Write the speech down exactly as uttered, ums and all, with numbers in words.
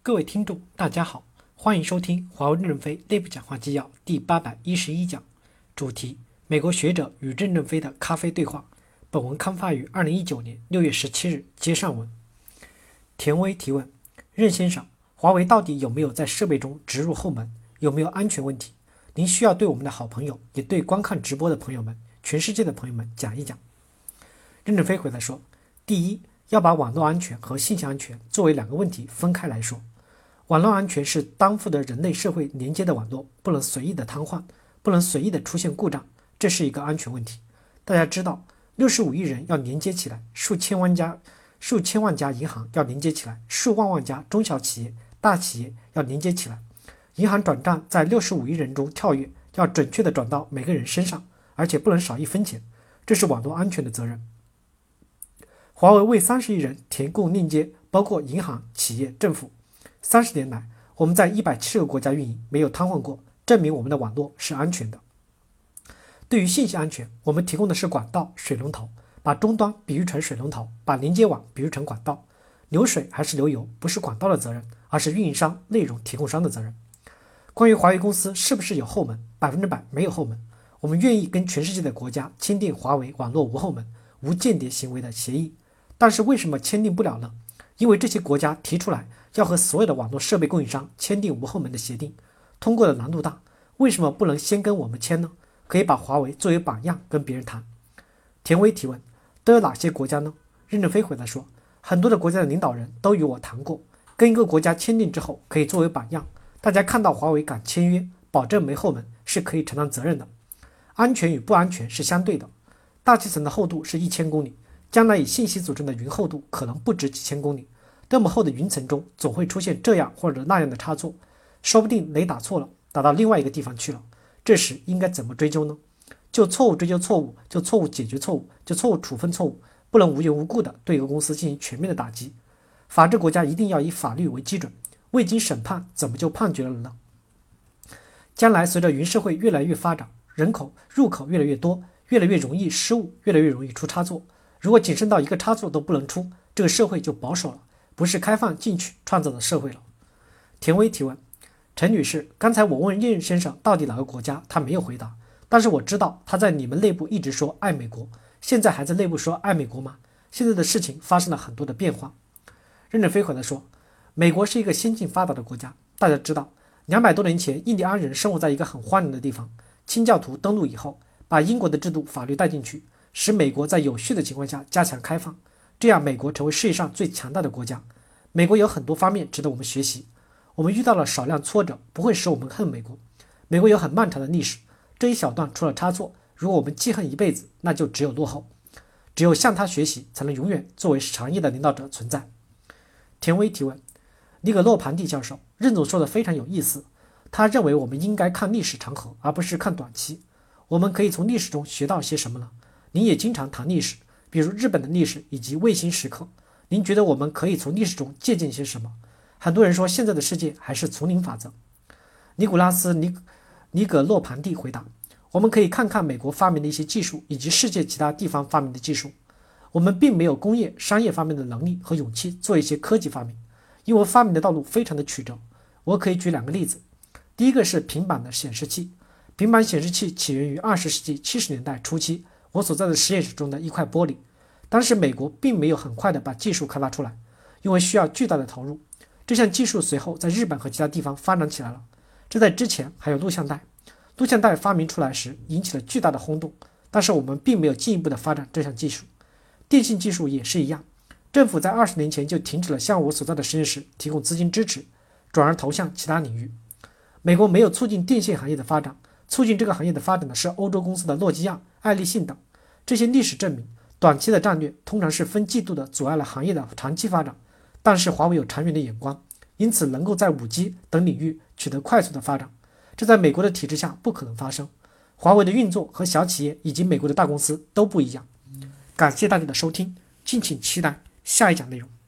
各位听众，大家好，欢迎收听华为任正非内部讲话纪要第八百一十一讲，主题：美国学者与任正非的咖啡对话。本文刊发于二零一九年六月十七日，接上文。田威提问：任先生，华为到底有没有在设备中植入后门？有没有安全问题？您需要对我们的好朋友，也对观看直播的朋友们、全世界的朋友们讲一讲。任正非回答说：第一，要把网络安全和信息安全作为两个问题分开来说。网络安全是担负着人类社会连接的网络，不能随意的瘫痪，不能随意的出现故障，这是一个安全问题。大家知道，六十五亿人要连接起来，数千万家数千万家银行要连接起来，数万万家中小企业、大企业要连接起来。银行转账在六十五亿人中跳跃，要准确的转到每个人身上，而且不能少一分钱，这是网络安全的责任。华为为三十亿人提供链接，包括银行、企业、政府。三十年来，我们在一百七十个国家运营，没有瘫痪过，证明我们的网络是安全的。对于信息安全，我们提供的是管道、水龙头，把终端比喻成水龙头，把连接网比喻成管道。流水还是流油，不是管道的责任，而是运营商、内容提供商的责任。关于华为公司是不是有后门，百分之百没有后门。我们愿意跟全世界的国家签订华为网络无后门、无间谍行为的协议，但是为什么签订不了呢？因为这些国家提出来要和所有的网络设备供应商签订无后门的协定，通过的难度大，为什么不能先跟我们签呢？可以把华为作为榜样跟别人谈。田威提问：都有哪些国家呢？任正非回答说：很多的国家的领导人都与我谈过，跟一个国家签订之后可以作为榜样，大家看到华为敢签约，保证没后门，是可以承担责任的。安全与不安全是相对的，大气层的厚度是一千公里，将来以信息组成的云厚度可能不止几千公里，这么厚的云层中总会出现这样或者那样的差错，说不定雷打错了，打到另外一个地方去了，这时应该怎么追究呢？就错误追究错误，就错误解决错误，就错误处分错误，不能无缘无故的对一个公司进行全面的打击。法治国家一定要以法律为基准，未经审判怎么就判决了呢？将来随着云社会越来越发展，人口入口越来越多，越来越容易失误，越来越容易出差错。如果谨慎到一个差错都不能出，这个社会就保守了，不是开放进取创造的社会了。田威提问：陈女士，刚才我问任先生到底哪个国家，他没有回答，但是我知道他在你们内部一直说爱美国，现在还在内部说爱美国吗？现在的事情发生了很多的变化。任正非回答说：美国是一个先进发达的国家，大家知道两百多年前印第安人生活在一个很荒凉的地方，清教徒登陆以后，把英国的制度法律带进去，使美国在有序的情况下加强开放，这样美国成为世界上最强大的国家。美国有很多方面值得我们学习，我们遇到了少量挫折，不会使我们恨美国。美国有很漫长的历史，这一小段出了差错，如果我们记恨一辈子，那就只有落后。只有向他学习，才能永远作为长业的领导者存在。田威提问：尼格洛庞蒂教授，任总说的非常有意思，他认为我们应该看历史长河，而不是看短期。我们可以从历史中学到些什么呢？您也经常谈历史，比如日本的历史以及卫星时刻，您觉得我们可以从历史中借鉴些什么？很多人说现在的世界还是丛林法则。尼古拉斯尼尼格洛庞蒂回答：我们可以看看美国发明的一些技术，以及世界其他地方发明的技术。我们并没有工业商业方面的能力和勇气做一些科技发明，因为发明的道路非常的曲折。我可以举两个例子。第一个是平板的显示器，平板显示器起源于二十世纪七十年代初期，我所在的实验室中的一块玻璃。当时美国并没有很快的把技术开发出来，因为需要巨大的投入。这项技术随后在日本和其他地方发展起来了。这在之前还有录像带，录像带发明出来时引起了巨大的轰动，但是我们并没有进一步的发展这项技术。电信技术也是一样，政府在二十年前就停止了向我所在的实验室提供资金支持，转而投向其他领域。美国没有促进电信行业的发展，促进这个行业的发展的是欧洲公司的诺基亚、爱立信等。这些历史证明，短期的战略通常是分季度的阻碍了行业的长期发展，但是华为有长远的眼光，因此能够在 五 G 等领域取得快速的发展，这在美国的体制下不可能发生。华为的运作和小企业以及美国的大公司都不一样。感谢大家的收听，敬请期待下一讲内容。